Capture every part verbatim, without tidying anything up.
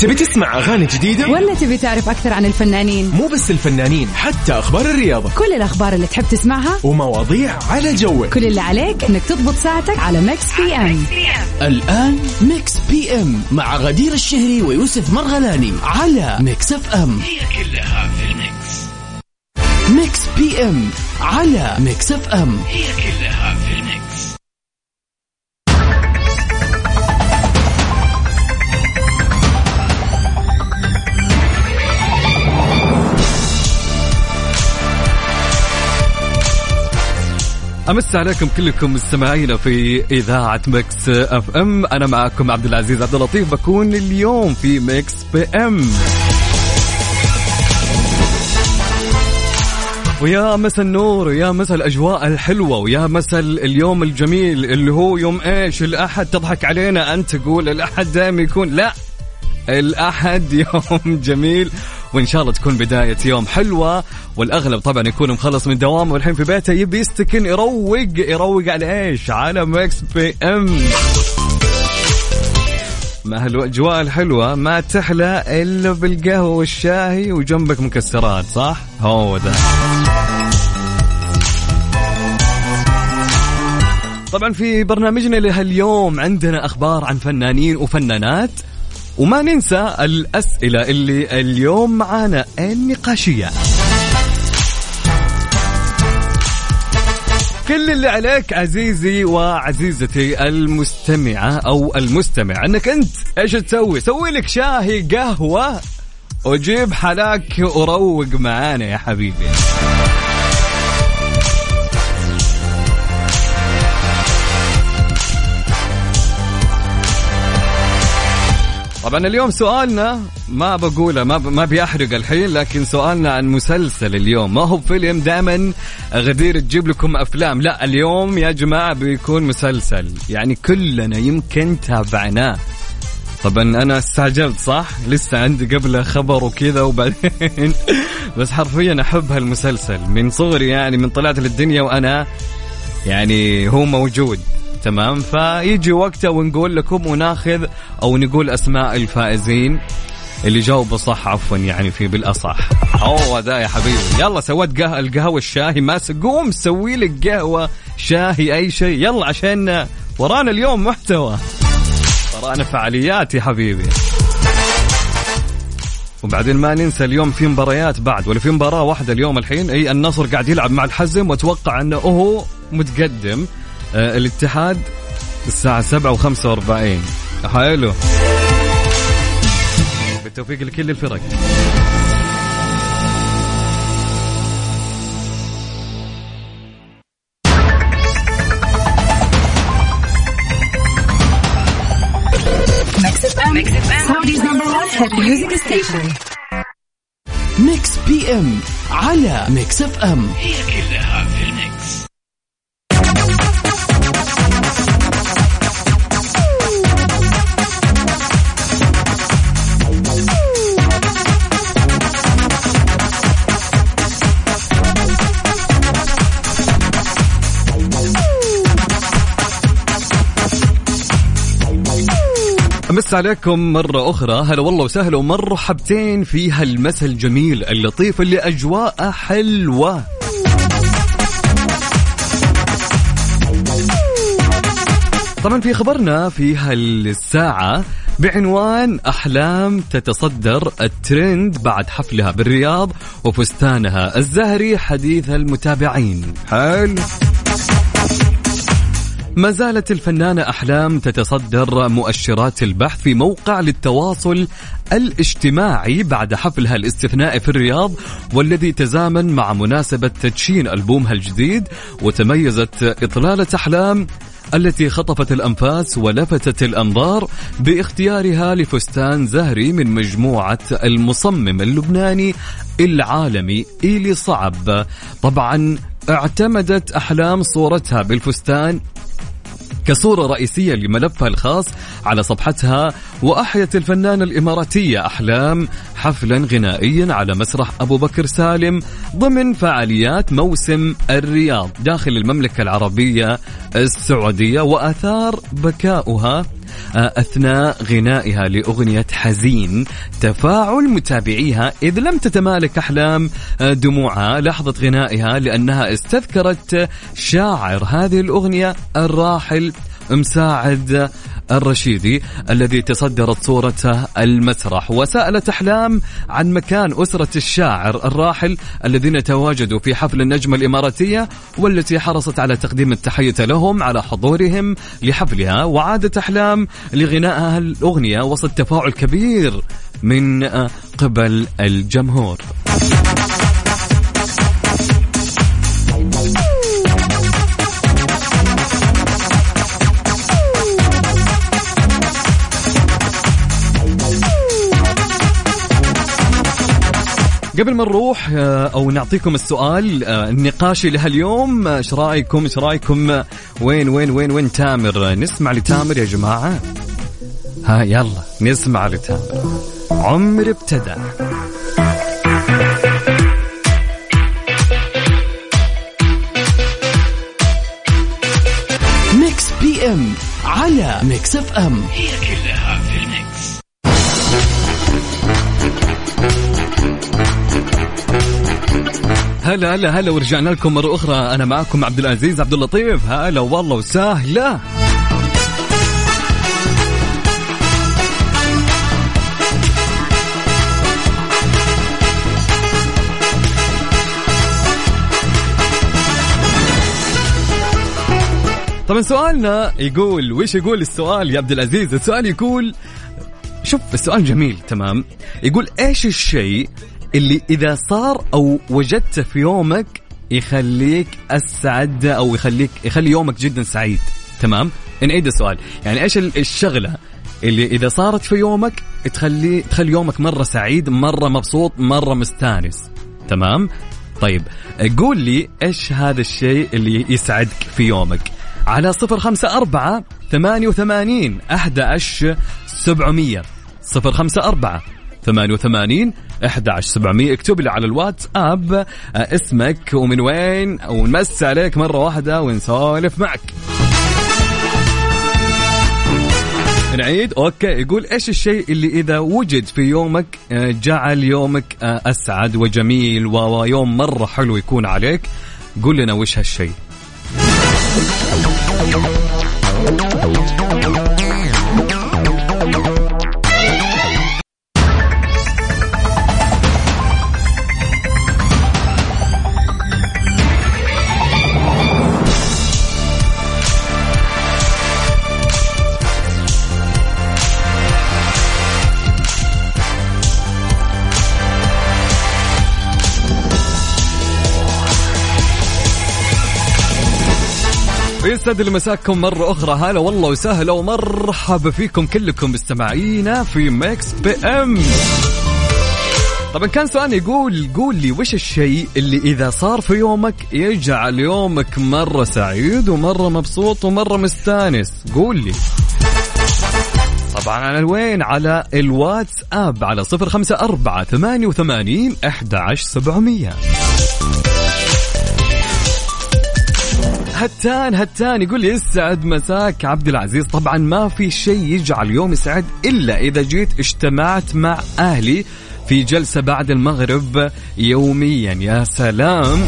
تبي تسمع أغاني جديدة ولا تبي تعرف أكثر عن الفنانين؟ مو بس الفنانين، حتى أخبار الرياضة، كل الأخبار اللي تحب تسمعها ومواضيع على جوك. كل اللي عليك إنك تضبط ساعتك على ميكس بي ام. الآن ميكس بي ام مع غدير الشهري ويوسف مرغلاني على ميكس اف ام. هي كلها في الميكس. ميكس بي ام على ميكس اف ام. هي كلها في الميكس. أمس عليكم كلكم مستمعين في إذاعة ميكس اف ام. أنا معكم عبد العزيز عبد اللطيف، بكون اليوم في ميكس بي ام. ويا مسا النور ويا مسا الأجواء الحلوة ويا مسا اليوم الجميل اللي هو يوم إيش؟ الأحد. تضحك علينا أنت تقول الأحد دائما يكون، لا، الأحد يوم جميل، وإن شاء الله تكون بداية يوم حلوة. والأغلب طبعا يكون مخلص من دوامه والحين في بيته يبي يستكن يروق يروق على إيش؟ على ميكس بي ام. مع الأجواء الحلوة ما تحلى إلا بالقهوة والشاهي وجنبك مكسرات، صح؟ هو ده. طبعا في برنامجنا لهاليوم عندنا أخبار عن فنانين وفنانات، وما ننسى الأسئلة اللي اليوم معانا النقاشية. كل اللي عليك عزيزي وعزيزتي المستمعة أو المستمع أنك أنت إيش تسوي؟ سوي لك شاهي قهوة وجيب حلاك وروق معانا يا حبيبي. طبعا اليوم سؤالنا ما بقوله، ما ما بيحرق الحين، لكن سؤالنا عن مسلسل اليوم. ما هو فيلم، دائما غدير تجيب لكم أفلام، لا اليوم يا جماعة بيكون مسلسل، يعني كلنا يمكن تابعناه. طبعا أنا استعجلت صح؟ لسه عندي قبله خبر وكذا وبعدين بس حرفيا أحب هالمسلسل من صغري، يعني من طلعت للدنيا وأنا يعني هو موجود. تمام، فيجي وقته ونقول لكم وناخذ أو نقول أسماء الفائزين اللي جاوبوا صح، عفوا يعني في بالأصح. هو ده يا حبيبي. يلا سويت قهوة القهوة الشاهي، ما قوم سوي لك قهوة شاهي أي شيء، يلا عشان ورانا اليوم محتوى، ورانا فعاليات يا حبيبي. وبعدين ما ننسى اليوم في مباريات بعد، ولا في مباراة واحدة اليوم الحين، أي النصر قاعد يلعب مع الحزم واتوقع أنه هو متقدم. آه الاتحاد الساعة سبعة وخمسة واربعين. حلو، بالتوفيق لكل الفرق. ميكس بي ام على ميكس اف ام. هي كلها في الميكس. أمس عليكم مرة أخرى، هلا والله وسهلا ومرحبتين في هالمساء الجميل اللطيف اللي أجواءه حلوة. طبعا في خبرنا في هالساعة بعنوان أحلام تتصدر الترند بعد حفلها بالرياض وفستانها الزهري حديث المتابعين. حلو. ما زالت الفنانة أحلام تتصدر مؤشرات البحث في موقع للتواصل الاجتماعي بعد حفلها الاستثنائي في الرياض، والذي تزامن مع مناسبة تدشين ألبومها الجديد. وتميزت إطلالة أحلام التي خطفت الأنفاس ولفتت الأنظار باختيارها لفستان زهري من مجموعة المصمم اللبناني العالمي إيلي صعب. طبعا اعتمدت أحلام صورتها بالفستان كصورة رئيسية لملفها الخاص على صفحتها، وأحيت الفنانة الإماراتية أحلام حفلا غنائيا على مسرح أبو بكر سالم ضمن فعاليات موسم الرياض داخل المملكة العربية السعودية. وأثار بكاؤها أثناء غنائها لأغنية حزين تفاعل متابعيها إذ لم تتمالك أحلام دموعها لحظة غنائها لأنها استذكرت شاعر هذه الأغنية الراحل مساعد الرشيدي الذي تصدرت صورته المسرح، وسألت أحلام عن مكان أسرة الشاعر الراحل الذين تواجدوا في حفل النجمة الإماراتية والتي حرصت على تقديم التحية لهم على حضورهم لحفلها. وعادت أحلام لغنائها الأغنية وسط تفاعل كبير من قبل الجمهور. قبل ما نروح أو نعطيكم السؤال النقاشي لها اليوم، ايش رايكم ايش رايكم وين وين وين وين تامر؟ نسمع لتامر يا جماعة، ها يلا نسمع لتامر. عمر ابتدى. ميكس بي ام على ميكس اف ام، هي كلها في الميكس. هلا هلا هلا ورجعنا لكم مرة أخرى. أنا معكم عبد العزيز عبد اللطيف. هلا والله وسهلا. طبعا سؤالنا يقول، وش يقول السؤال يا عبد العزيز؟ السؤال يقول، شوف السؤال جميل تمام، يقول ايش الشيء اللي إذا صار أو وجدته في يومك يخليك أسعد أو يخليك يخلي يومك جدا سعيد؟ تمام، نعيد السؤال، يعني إيش الشغلة اللي إذا صارت في يومك تخلي تخلي يومك مرة سعيد، مرة مبسوط، مرة مستانس؟ تمام، طيب قول لي إيش هذا الشيء اللي يسعدك في يومك على صفر خمسة أربعة ثمانية وثمانين أحد عشر سبعمية. صفر خمسة أربعة ثمانية وثمانين أحد عشر سبعمية. اكتب لي على الواتس اب اسمك ومن وين، ونمس عليك مرة واحدة ونسولف معك. نعيد، اوكي. يقول ايش الشيء اللي اذا وجد في يومك جعل يومك اسعد وجميل ويوم مرة حلو يكون عليك؟ قول لنا وش هالشيء. يسعد مساكم مرة أخرى. هلا والله وسهلا ومرحبا فيكم كلكم مستمعينا في ميكس بي ام. طبعا كان سؤال يقول، قول لي وش الشيء اللي إذا صار في يومك يجعل يومك مرة سعيد ومرة مبسوط ومرة مستانس؟ قول لي. طبعا على وين؟ على الواتس اب على صفر خمسة أربعة ثمانية وثمانين أحد عشر سبعمية. هتان هتان يقول لي يسعد مساك عبد العزيز. طبعا ما في شيء يجعل يوم سعيد إلا إذا جيت اجتمعت مع أهلي في جلسة بعد المغرب يوميا. يا سلام.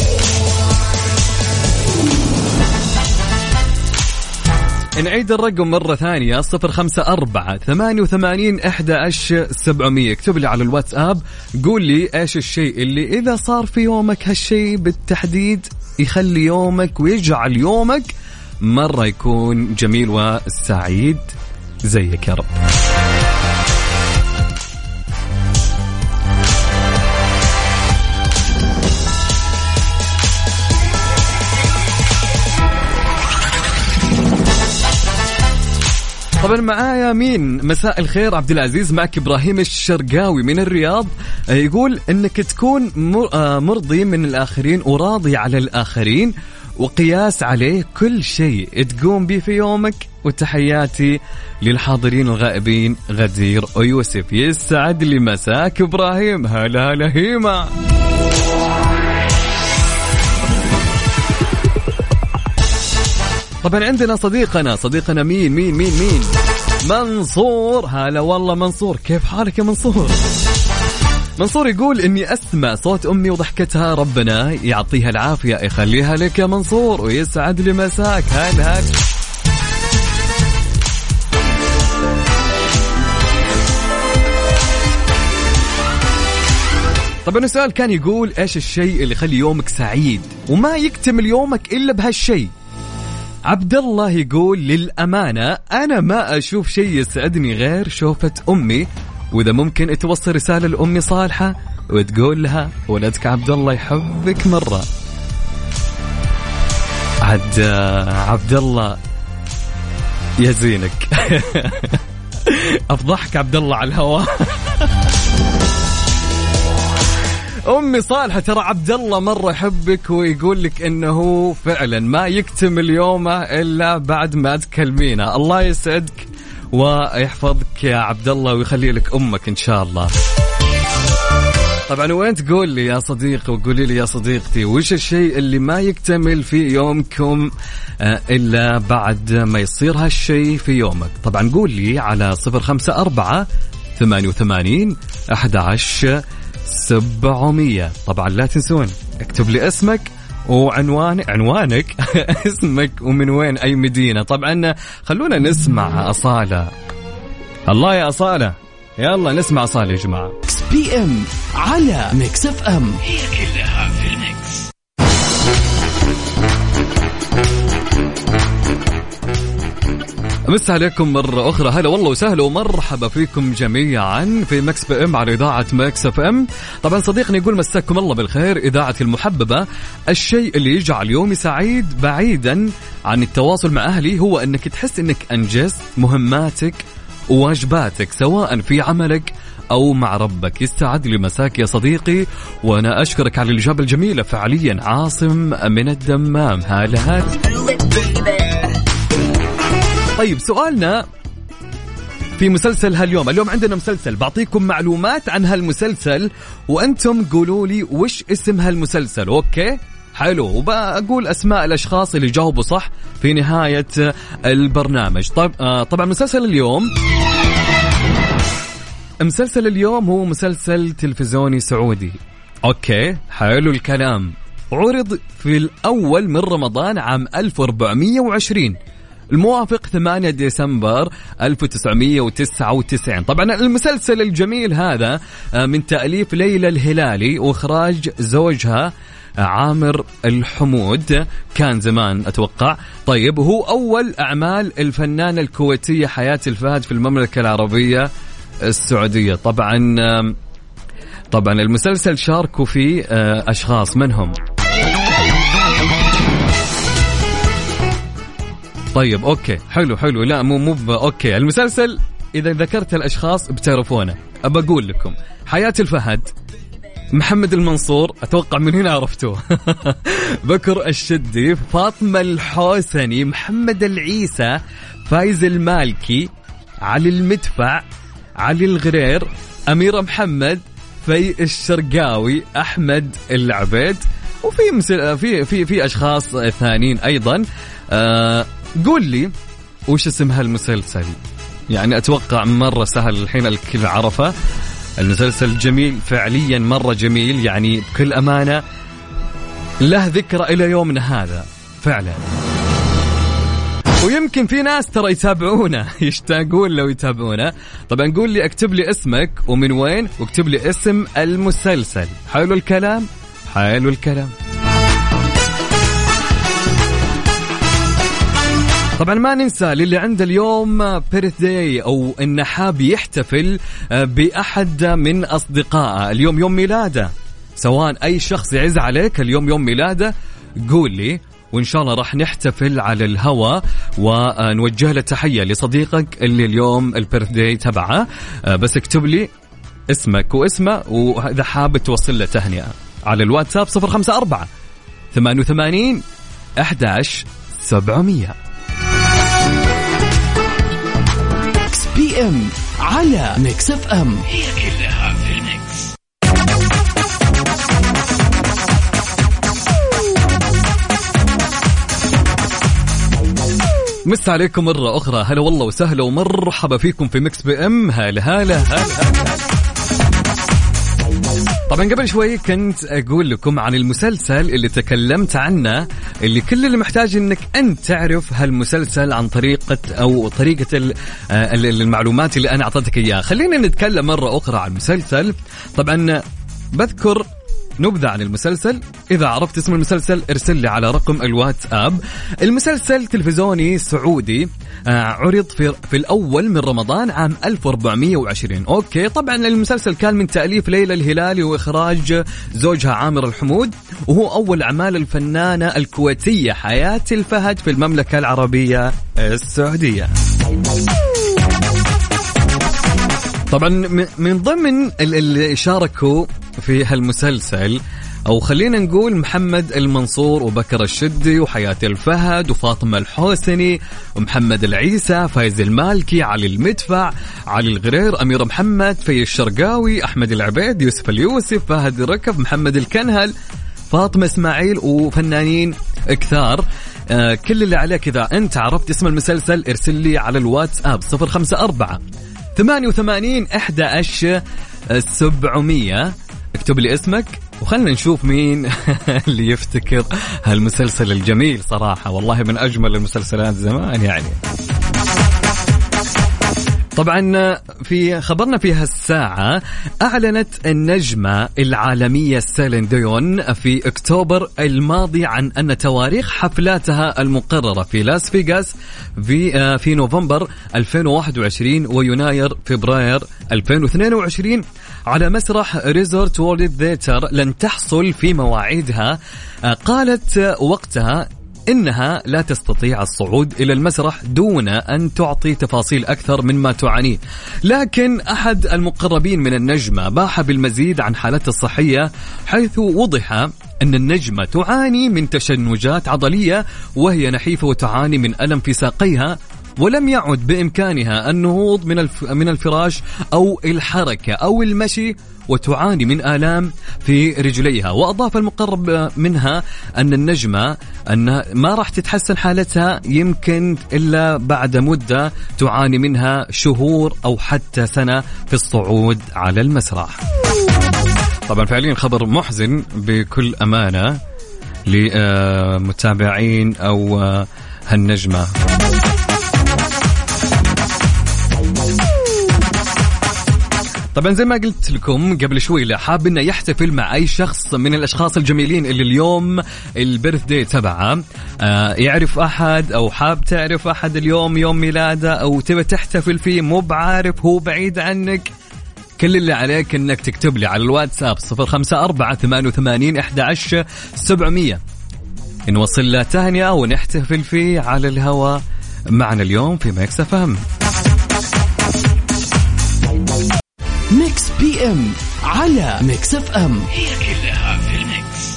نعيد الرقم مرة ثانية، صفر خمسة أربعة ثمانية وثمانين أحد عشر سبعمية. اكتب لي على الواتساب، قول لي ايش الشيء اللي إذا صار في يومك هالشيء بالتحديد يخلي يومك ويجعل يومك مرة يكون جميل وسعيد زيك يا رب. طبعا معايا مين؟ مساء الخير عبد العزيز، معك إبراهيم الشرقاوي من الرياض. يقول انك تكون مرضي من الآخرين وراضي على الآخرين وقياس عليه كل شيء تقوم به في يومك. وتحياتي للحاضرين الغائبين غدير ويوسف. يسعد لي مساك إبراهيم. هلا هلا هيما. طبعا عندنا صديقنا صديقنا مين مين مين مين منصور. هلا والله منصور، كيف حالك يا منصور؟ منصور يقول إني أسمع صوت أمي وضحكتها، ربنا يعطيها العافية يخليها لك يا منصور ويسعد لي مساك. هلا هلا. طبعا السؤال كان يقول إيش الشيء اللي يخلي يومك سعيد وما يكتمل يومك إلا بهالشيء؟ عبد الله يقول للأمانة أنا ما أشوف شيء يسعدني غير شوفة أمي، وإذا ممكن توصل رسالة لأمي صالحة وتقول لها ولدك عبد الله يحبك مرة. عد عبد الله يا زينك. أفضحك عبد الله على الهواء. أمي صالحة ترى عبد الله مرة يحبك ويقول لك إنه فعلا ما يكتمل يومه إلا بعد ما تكلمينه. الله يسعدك ويحفظك يا عبد الله ويخلي لك أمك إن شاء الله. طبعا وين تقول لي يا صديقي وقولي لي يا صديقتي وش الشيء اللي ما يكتمل في يومكم إلا بعد ما يصير هالشيء في يومك؟ طبعا قول لي على صفر خمسة أربعة ثمانية وثمانين أحد عشر سبعمية. طبعا لا تنسون اكتب لي اسمك وعنوان عنوانك اسمك ومن وين أي مدينة. طبعا خلونا نسمع أصالة. الله يا أصالة، يلا نسمع أصالة يا جماعة. بي ام على ميكس اف ام، هي كلها في الميكس. أمس عليكم مرة أخرى، هلا والله وسهلا ومرحبا فيكم جميعا في مكس بي ام على إذاعة مكس اف ام. طبعا صديقنا يقول مساكم الله بالخير إذاعة المحببة. الشيء اللي يجعل يومي سعيد بعيدا عن التواصل مع أهلي هو أنك تحس أنك أنجزت مهماتك وواجباتك سواء في عملك أو مع ربك. يستعد لي مساك يا صديقي وأنا أشكرك على الإجابة الجميلة. فعليا عاصم من الدمام. هلا هلا. طيب سؤالنا في مسلسل هاليوم، اليوم عندنا مسلسل بعطيكم معلومات عن هالمسلسل وأنتم قولوا لي وش اسم هالمسلسل. أوكي حلو، وبقول أسماء الأشخاص اللي جاوبوا صح في نهاية البرنامج. طب آه طبعا مسلسل اليوم مسلسل اليوم هو مسلسل تلفزيوني سعودي. أوكي حلو الكلام. عرض في الأول من رمضان عام ألف وأربعمية وعشرين الموافق ثمانية ديسمبر ألف وتسعمية وتسعة وتسعين. طبعا المسلسل الجميل هذا من تأليف ليلى الهلالي وإخراج زوجها عامر الحمود، كان زمان أتوقع. طيب هو أول أعمال الفنانة الكويتية حياة الفهد في المملكة العربية السعودية. طبعا طبعا المسلسل شاركوا فيه أشخاص منهم. طيب أوكي حلو حلو لا مو مو أوكي. المسلسل إذا ذكرت الأشخاص بتعرفونه. أبى أقول لكم حياة الفهد، محمد المنصور أتوقع من هنا عرفتوه. بكر الشدي، فاطمة الحوسني، محمد العيسى، فايز المالكي، علي المدفع، علي الغرير، أميرة محمد، في الشرقاوي، أحمد العبيد، وفي مسل... في في في أشخاص ثانيين أيضا. آه قول لي وش اسم هالمسلسل؟ يعني أتوقع مرة سهل الحين الكل عرفه. المسلسل جميل فعليا مرة جميل، يعني بكل أمانة له ذكرى إلى يومنا هذا فعلا. ويمكن في ناس ترى يتابعونا يشتاقون لو يتابعونا. طبعا قول لي اكتب لي اسمك ومن وين واكتب لي اسم المسلسل. حلو الكلام حلو الكلام. طبعا ما ننسى للي عنده اليوم بيرث داي أو إنه حاب يحتفل بأحد من أصدقائه، اليوم يوم ميلاده، سواء أي شخص يعز عليك اليوم يوم ميلاده قول لي وإن شاء الله راح نحتفل على الهواء ونوجه له تحية لصديقك اللي اليوم البيرث داي تبعه. بس اكتب لي اسمك واسمه وإذا حاب توصل له تهنئة على الواتساب صفر خمسة أربعة ثمانية وثمانين أحد عشر سبعمية. بي ام على ميكس اف ام، هي كلها في الميكس. مس عليكم مرة أخرى، هلا والله وسهلا ومرحبا فيكم في ميكس بي ام. هلا هلا هلا هلا. طبعا قبل شوي كنت أقول لكم عن المسلسل اللي تكلمت عنه، اللي كل اللي محتاج أنك أنت تعرف هالمسلسل عن طريقة أو طريقة المعلومات اللي أنا أعطيتك إياها. خلينا نتكلم مرة أخرى عن المسلسل. طبعا بذكر نبذة عن المسلسل، إذا عرفت اسم المسلسل ارسل لي على رقم الواتساب. المسلسل تلفزيوني سعودي عرض في, في الأول من رمضان عام ألف وأربعمية وعشرين. أوكي، طبعا المسلسل كان من تأليف ليلى الهلالي وإخراج زوجها عامر الحمود، وهو أول أعمال الفنانة الكويتية حياة الفهد في المملكة العربية السعودية. طبعا من ضمن اللي شاركوا في هالمسلسل أو خلينا نقول محمد المنصور وبكر الشدي وحياة الفهد وفاطمة الحوسني ومحمد العيسى، فايز المالكي، علي المدفع، علي الغرير، أمير محمد، في الشرقاوي، أحمد العبيد، يوسف اليوسف، فهد الركف، محمد الكنهل، فاطمة إسماعيل وفنانين كثار. آه كل اللي عليك إذا أنت عرفت اسم المسلسل ارسل لي على الواتساب صفر خمسة أربعة ثمانية وثمانين أحد عشر سبعمية. اكتب لي اسمك وخلنا نشوف مين اللي يفتكر هالمسلسل الجميل. صراحة والله من أجمل المسلسلات زمان يعني. طبعا في خبرنا في هالساعة أعلنت النجمة العالمية سيلين ديون في أكتوبر الماضي عن أن تواريخ حفلاتها المقررة في لاس فيغاس في في نوفمبر ألفين وواحد وعشرين ويناير فبراير ألفين واثنين وعشرين على مسرح ريزورت وورلد ثيتر لن تحصل في مواعيدها. قالت وقتها إنها لا تستطيع الصعود إلى المسرح دون أن تعطي تفاصيل أكثر مما تعانيه، لكن أحد المقربين من النجمة باح بالمزيد عن حالتها الصحية، حيث وضح أن النجمة تعاني من تشنجات عضلية وهي نحيفة وتعاني من ألم في ساقيها، ولم يعد بإمكانها النهوض من من الفراش أو الحركة أو المشي، وتعاني من آلام في رجليها. وأضاف المقرب منها أن النجمة أن ما راح تتحسن حالتها يمكن إلا بعد مدة تعاني منها شهور أو حتى سنة في الصعود على المسرح. طبعا فعليا خبر محزن بكل أمانة لمتابعين أو هالنجمة. طبعا زي ما قلت لكم قبل شوي، حاب انه يحتفل مع اي شخص من الاشخاص الجميلين اللي اليوم البيرث داي تبعه، آه يعرف احد او حاب تعرف احد اليوم يوم ميلاده او تبي تحتفل فيه مو بعارف هو بعيد عنك، كل اللي عليك انك تكتب لي على الواتساب صفر خمسة أربعة ثمانية وثمانين أحد عشر سبعمية نوصل له تهنئة ونحتفل فيه على الهواء معنا اليوم في ميكس اف ام. ميكس بي ام على ميكس اف ام، هي كلها في الميكس.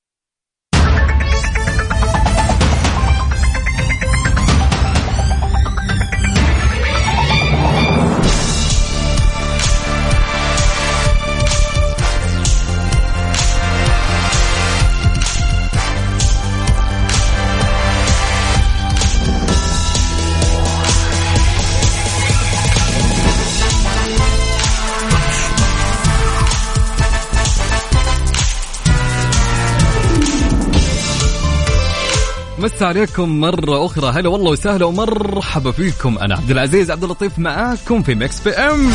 مس عليكم مرة أخرى، هلا والله وسهلا ومرحبا فيكم. أنا عبد العزيز عبد اللطيف معاكم في ميكس بي ام.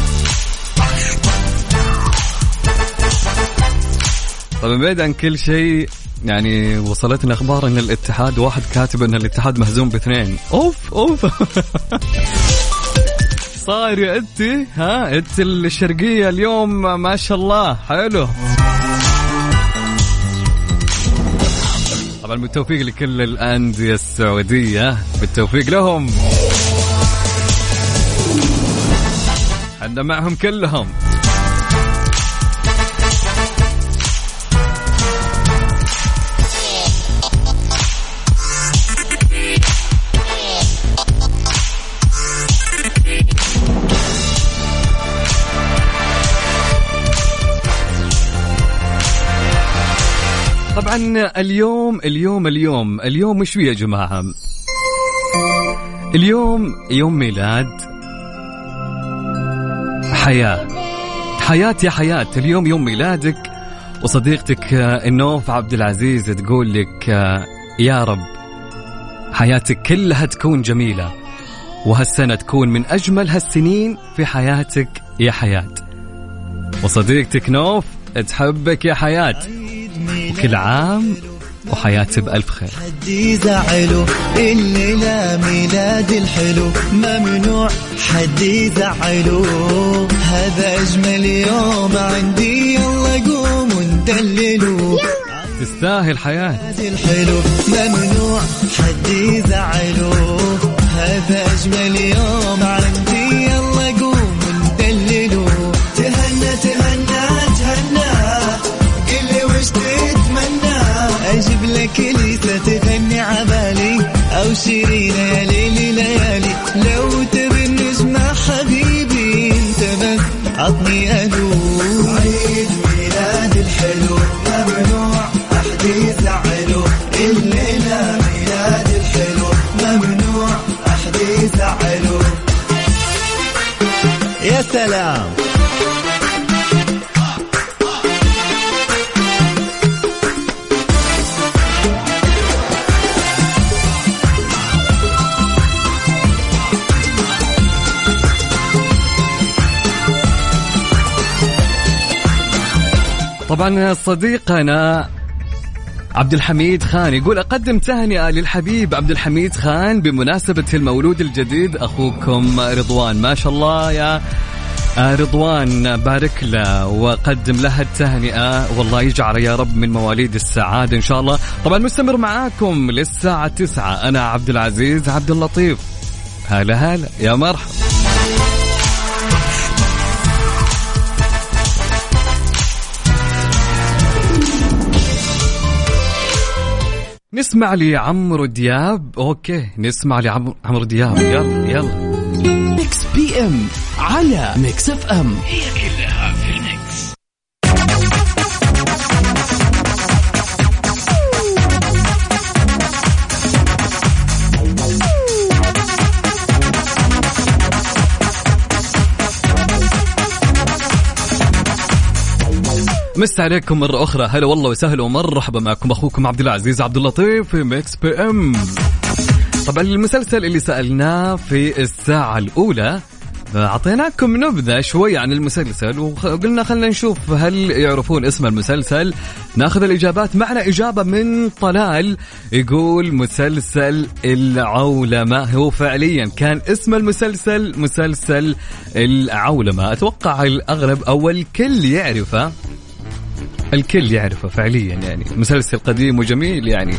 طبعا بعيد عن كل شيء، يعني وصلتنا أخبار أن الاتحاد، واحد كاتب أن الاتحاد مهزوم باثنين. أوف أوف صار يا أنتي ها أنت الشرقية اليوم ما شاء الله حلو. طبعا بالتوفيق لكل الأندية السعودية، بالتوفيق لهم، حنا معهم كلهم. طبعا اليوم اليوم اليوم اليوم وش فيه يا جماعة؟ اليوم يوم ميلاد حياة. حياة يا حياة، اليوم يوم ميلادك، وصديقتك النوف عبد العزيز تقول لك يا رب حياتك كلها تكون جميلة، وهالسنة تكون من أجمل هالسنين في حياتك يا حياة. وصديقتك نوف تحبك يا حياة، وكل عام وحياتي بألف خير. حد يزعله الليلة ميلاد الحلو، ممنوع حد يزعله، هذا أجمل يوم عندي، يلا قوم وندلله. تستاهل حياة الحلو، ممنوع حد يزعله، هذا أجمل يوم عندي، يلا قوم وندلله. تهنى تهنى تهنى، قل وش تتمنى، أجيب لك ليسة تغني عبالي، أو شيرين يا ليلي ليالي، لو تبي النجمة حبيبي انت بس عطني ألو. عيد ميلاد الحلو، ممنوع أحد يزعله، الليلة ميلاد الحلو، ممنوع أحد يزعله. يا سلام. طبعا صديقنا عبد الحميد خان يقول أقدم تهنئة للحبيب عبد الحميد خان بمناسبة المولود الجديد أخوكم رضوان. ما شاء الله يا رضوان، بارك له وقدم لها التهنئة، والله يجعل يا رب من مواليد السعادة إن شاء الله. طبعا مستمر معاكم للساعة تسعة، أنا عبد العزيز عبد اللطيف. هلا هلا يا مرحبا. نسمع لي عمرو دياب. اوكي نسمع لي عمرو دياب. يلا يلا. ميكس بي ام على ميكس اف ام، هي كلها في الميكس. مس عليكم مرة أخرى، هلا والله وسهلا ومرحبا معكم أخوكم عبد العزيز عبد اللطيف في ميكس بي ام. طبعا المسلسل اللي سألناه في الساعة الأولى أعطيناكم نبذة شوي عن المسلسل، وقلنا خلنا نشوف هل يعرفون اسم المسلسل. ناخذ الإجابات. معنا إجابة من طلال يقول مسلسل العولمة. هو فعليا كان اسم المسلسل مسلسل العولمة. أتوقع الأغلب أو الكل يعرفه، الكل يعرفه فعليا، يعني مسلسل قديم وجميل يعني.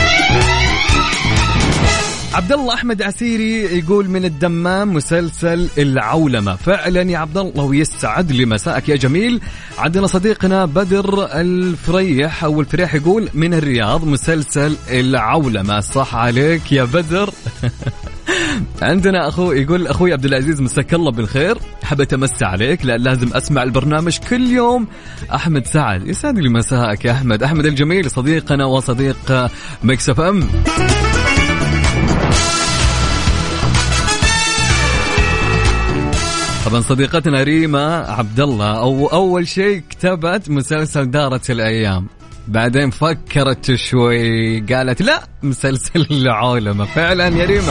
عبد الله احمد عسيري يقول من الدمام مسلسل العولمة. فعلا يا عبد الله ويسعد لي مساءك يا جميل. عندنا صديقنا بدر الفريح او الفريح يقول من الرياض مسلسل العولمة. صح عليك يا بدر. عندنا أخو يقول أخوي عبد العزيز مساك الله بالخير، حبيت أمسي عليك لأن لازم أسمع البرنامج كل يوم. أحمد سعد يسعد لي مساءك يا أحمد. أحمد الجميل صديقنا وصديق ميكس اف ام. طبعا صديقتنا ريما عبد الله أو أول شيء كتبت مسلسل دارت الأيام، بعدين فكرت شوي قالت لا مسلسل العولمة. فعلا يا ريما.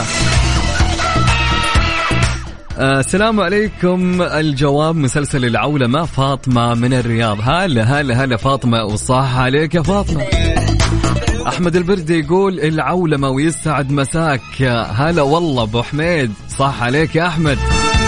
آه السلام عليكم. الجواب مسلسل العولمة. فاطمة من الرياض. هلا هلا هلا فاطمة وصح عليك يا فاطمة. أحمد البردي يقول العولمة ويسعد مساك. هلا والله أبو حميد صح عليك يا أحمد.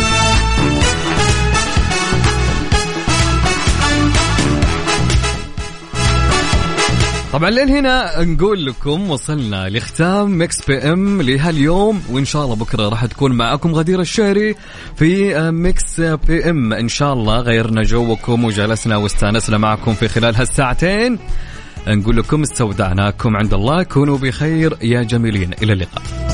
طبعا لين هنا نقول لكم وصلنا لختام ميكس بي ام لهاليوم، وإن شاء الله بكرة راح تكون معكم غدير الشهري في ميكس بي ام. إن شاء الله غيرنا جوكم وجلسنا واستانسنا معكم في خلال هالساعتين. نقول لكم استودعناكم عند الله، كونوا بخير يا جميلين، إلى اللقاء.